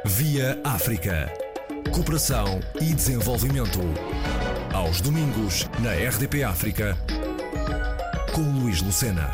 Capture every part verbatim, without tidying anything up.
Via África. Cooperação e desenvolvimento. Aos domingos, na R D P África, com Luís Lucena.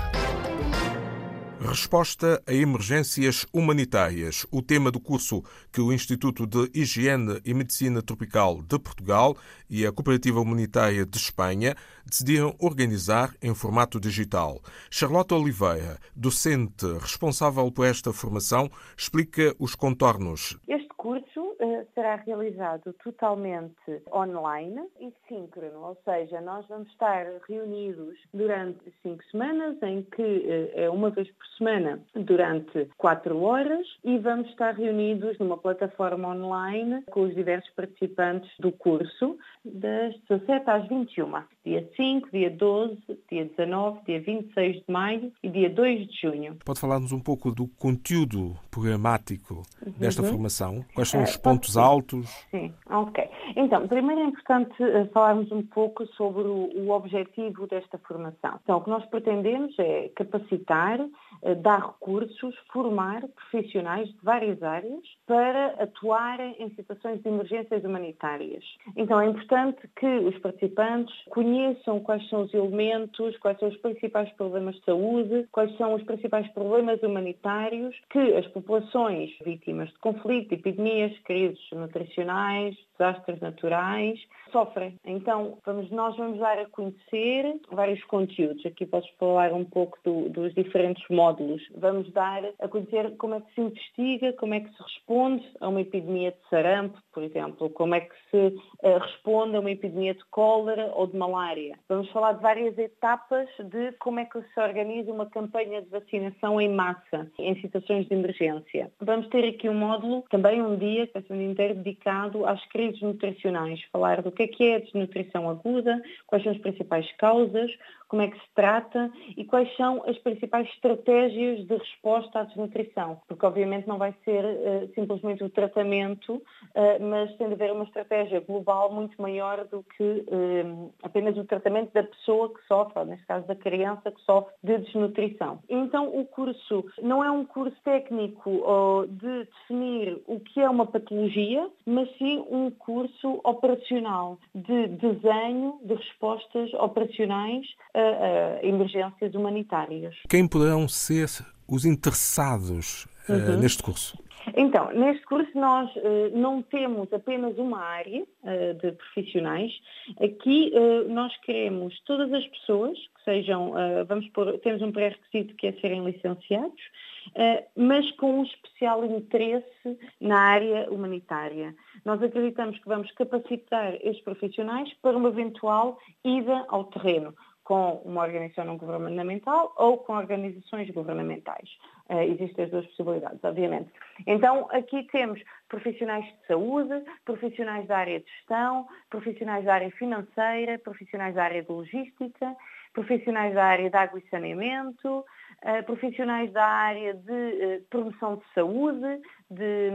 Resposta a emergências humanitárias. O tema do curso que o Instituto de Higiene e Medicina Tropical de Portugal e a Cooperativa Humanitária de Espanha decidiram organizar em formato digital. Charlotte Oliveira, docente responsável por esta formação, explica os contornos. Este curso uh, será realizado totalmente online e síncrono, ou seja, nós vamos estar reunidos durante cinco semanas, em que uh, é uma vez por semana durante quatro horas, e vamos estar reunidos numa plataforma online com os diversos participantes do curso, das dezassete às vinte e uma, dia cinco, dia doze, dia dezanove, dia vinte e seis de maio e dia dois de junho. Pode falar-nos um pouco do conteúdo programático desta uhum. formação? Quais são os Uh, pontos altos? Sim, ok. Então, primeiro é importante uh, falarmos um pouco sobre o, o objetivo desta formação. Então, o que nós pretendemos é capacitar, uh, dar recursos, formar profissionais de várias áreas para atuarem em situações de emergências humanitárias. Então, é importante que os participantes conheçam quais são os elementos, quais são os principais problemas de saúde, quais são os principais problemas humanitários que as populações vítimas de conflito, epidemias, crises nutricionais, desastres naturais, sofrem. Então, vamos, nós vamos dar a conhecer vários conteúdos. Aqui posso falar um pouco do, dos diferentes módulos. Vamos dar a conhecer como é que se investiga, como é que se responde a uma epidemia de sarampo, por exemplo, como é que se uh, responde a uma epidemia de cólera ou de malária. Vamos falar de várias etapas de como é que se organiza uma campanha de vacinação em massa, em situações de emergência. Vamos ter aqui um módulo, também um dia, que vai ser um dia inteiro dedicado às crises nutricionais, falar do que é que é a desnutrição aguda, quais são as principais causas, como é que se trata e quais são as principais estratégias de resposta à desnutrição. Porque obviamente não vai ser uh, simplesmente o tratamento, uh, mas tem de haver uma estratégia global muito maior do que uh, apenas o tratamento da pessoa que sofre, ou neste caso da criança que sofre de desnutrição. Então o curso não é um curso técnico uh, de definir o que é uma patologia, mas sim um curso operacional de desenho de respostas operacionais a, a emergências humanitárias. Quem poderão ser os interessados uh, uhum. neste curso? Então, neste curso nós uh, não temos apenas uma área uh, de profissionais. Aqui uh, nós queremos todas as pessoas que sejam, uh, vamos pôr, temos um pré-requisito que é serem licenciados, uh, mas com um especial interesse na área humanitária. Nós acreditamos que vamos capacitar estes profissionais para uma eventual ida ao terreno, com uma organização não governamental ou com organizações governamentais. Uh, existem as duas possibilidades, obviamente. Então, aqui temos profissionais de saúde, profissionais da área de gestão, profissionais da área financeira, profissionais da área de logística, profissionais da área de água e saneamento, uh, profissionais da área de uh, promoção de saúde, de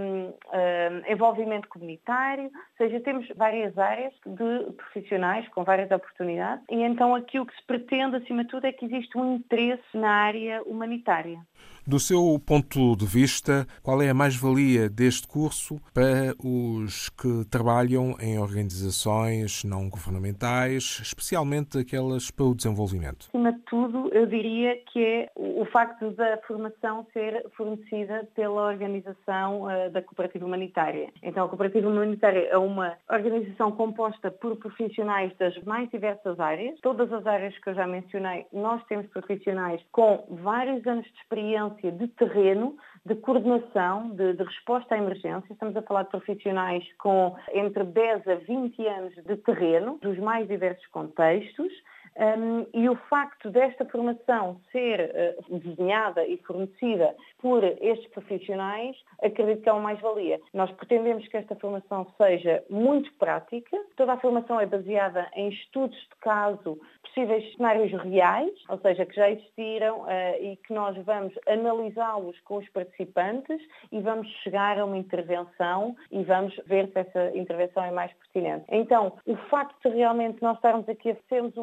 uh, envolvimento comunitário, ou seja, temos várias áreas de profissionais com várias oportunidades e então aqui o que se pretende, acima de tudo, é que existe um interesse na área humanitária. Do seu ponto de vista, qual é a mais-valia deste curso para os que trabalham em organizações não governamentais, especialmente aquelas para o desenvolvimento? Acima de tudo, eu diria que é o facto da formação ser fornecida pela organização uh, da Cooperativa Humanitária. Então, a Cooperativa Humanitária é uma organização composta por profissionais das mais diversas áreas. Todas as áreas que eu já mencionei, nós temos profissionais com vários anos de experiência de terreno, de coordenação, de, de resposta à emergência. Estamos a falar de profissionais com entre dez a vinte anos de terreno, dos mais diversos contextos. Um, e o facto desta formação ser uh, desenhada e fornecida por estes profissionais, acredito que é uma mais-valia. Nós pretendemos que esta formação seja muito prática. Toda a formação é baseada em estudos de caso, possíveis cenários reais, ou seja, que já existiram uh, e que nós vamos analisá-los com os participantes e vamos chegar a uma intervenção e vamos ver se essa intervenção é mais pertinente. Então, o facto de realmente nós estarmos aqui a fazermos uma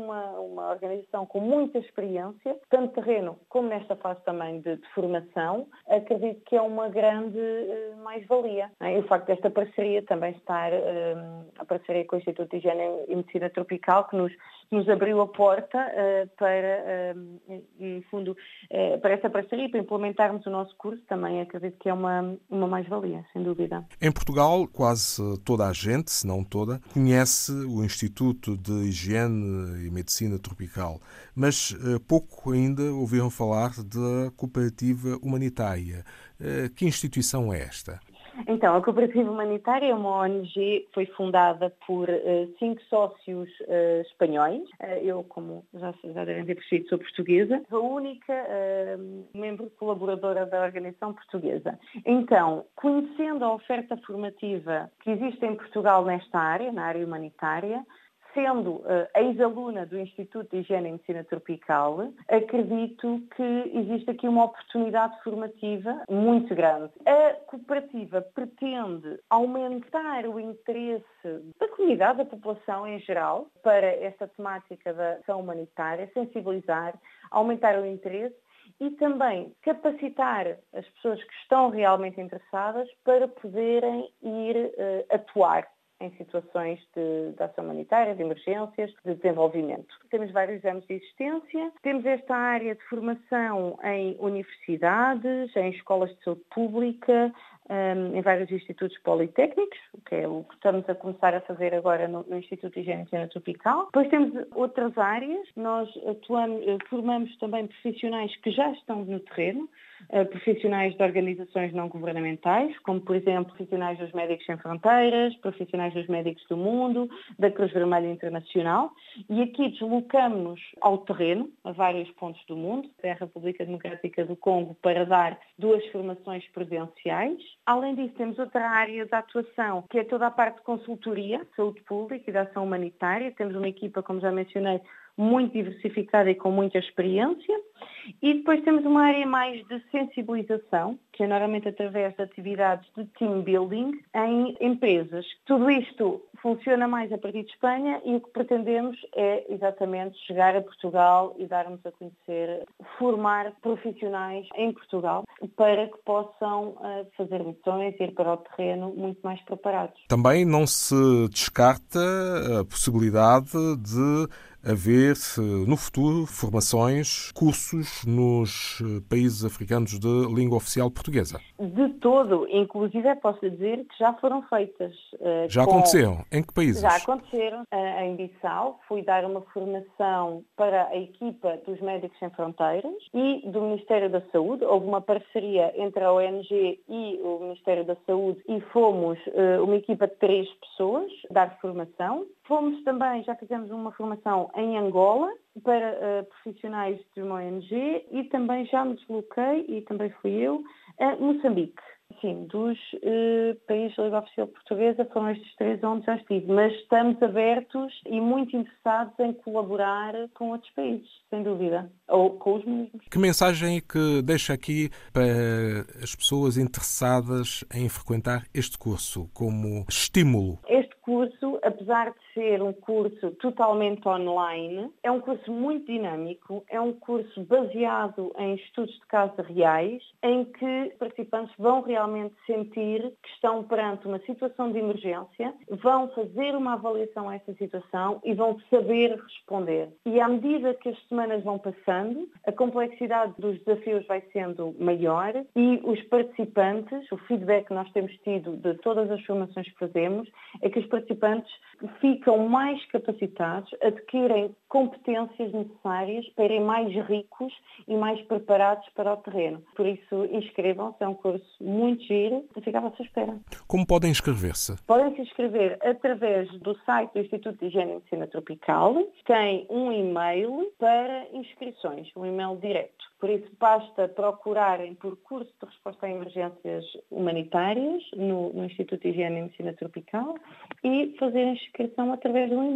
uma organização com muita experiência, tanto terreno como nesta fase também de, de formação, acredito que é uma grande uh, mais-valia. Né? E o facto desta parceria também estar, uh, a parceria com o Instituto de Higiene e Medicina Tropical, que nos, nos abriu a porta uh, para, uh, em fundo, uh, para essa parceria, para implementarmos o nosso curso, também acredito que é uma, uma mais-valia, sem dúvida. Em Portugal, quase toda a gente, se não toda, conhece o Instituto de Higiene e Medicina Tropical, mas uh, pouco ainda ouviram falar da Cooperativa Humanitária. Uh, que instituição é esta? Então, a Cooperativa Humanitária é uma O N G que foi fundada por uh, cinco sócios uh, espanhóis. Uh, eu, como já, já devem ter percebido, sou portuguesa. Sou a única uh, membro colaboradora da organização portuguesa. Então, conhecendo a oferta formativa que existe em Portugal nesta área, na área humanitária, sendo uh, ex-aluna do Instituto de Higiene e Medicina Tropical, acredito que existe aqui uma oportunidade formativa muito grande. A cooperativa pretende aumentar o interesse da comunidade, da população em geral, para esta temática da ação humanitária, sensibilizar, aumentar o interesse e também capacitar as pessoas que estão realmente interessadas para poderem ir uh, atuar em situações de, de ação humanitária, de emergências, de desenvolvimento. Temos vários anos de existência, temos esta área de formação em universidades, em escolas de saúde pública, um, em vários institutos politécnicos, que é o que estamos a começar a fazer agora no, no Instituto de Higiene e Medicina Tropical. Depois temos outras áreas, nós atuamos, formamos também profissionais que já estão no terreno, profissionais de organizações não governamentais, como, por exemplo, profissionais dos Médicos Sem Fronteiras, profissionais dos Médicos do Mundo, da Cruz Vermelha Internacional, e aqui deslocamos-nos ao terreno, a vários pontos do mundo, da República Democrática do Congo, para dar duas formações presenciais. Além disso, temos outra área de atuação, que é toda a parte de consultoria, saúde pública e de ação humanitária. Temos uma equipa, como já mencionei, muito diversificada e com muita experiência. E depois temos uma área mais de sensibilização, que é normalmente através de atividades de team building em empresas. Tudo isto funciona mais a partir de Espanha e o que pretendemos é exatamente chegar a Portugal e darmos a conhecer, formar profissionais em Portugal para que possam uh, fazer missões e ir para o terreno muito mais preparados. Também não se descarta a possibilidade de haver, no futuro, formações, cursos nos países africanos de língua oficial portuguesa? De todo. Inclusive, posso dizer que já foram feitas. Uh, já com... aconteceram? Em que países? Já aconteceram. Uh, em Bissau, fui dar uma formação para a equipa dos Médicos Sem Fronteiras e do Ministério da Saúde. Houve uma parceria entre a O N G e o Ministério da Saúde e fomos uh, uma equipa de três pessoas dar formação. Fomos também, já fizemos uma formação em Angola para uh, profissionais de uma O N G e também já me desloquei, e também fui eu, a Moçambique. Sim, dos uh, países da língua oficial portuguesa foram estes três onde já estive, mas estamos abertos e muito interessados em colaborar com outros países, sem dúvida, ou com os mesmos. Que mensagem é que deixa aqui para as pessoas interessadas em frequentar este curso como estímulo? Este curso, apesar de ser um curso totalmente online, é um curso muito dinâmico, é um curso baseado em estudos de casos reais, em que os participantes vão realmente sentir que estão perante uma situação de emergência, vão fazer uma avaliação a essa situação e vão saber responder. E à medida que as semanas vão passando, a complexidade dos desafios vai sendo maior e os participantes, o feedback que nós temos tido de todas as formações que fazemos, é que os participantes ficam mais capacitados, adquirem competências necessárias para irem mais ricos e mais preparados para o terreno. Por isso, inscrevam-se, é um curso muito giro, eu ficava à sua espera. Como podem inscrever-se? Podem se inscrever através do site do Instituto de Higiene e Medicina Tropical, tem um e-mail para inscrições, um e-mail direto. Por isso, basta procurarem por curso de resposta a emergências humanitárias no, no Instituto de Higiene e Medicina Tropical e fazer a inscrição através do e-mail.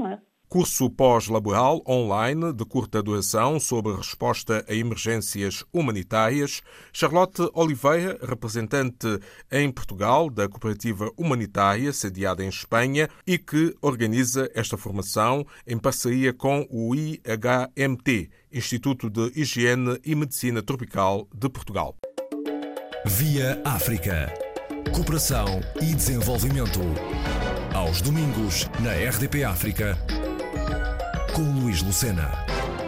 Curso pós-laboral online de curta duração sobre resposta a emergências humanitárias. Charlotte Oliveira, representante em Portugal da Cooperativa Humanitária, sediada em Espanha, e que organiza esta formação em parceria com o I H M T, Instituto de Higiene e Medicina Tropical de Portugal. Via África. Cooperação e desenvolvimento. Aos domingos, na R D P África, com Luís Lucena.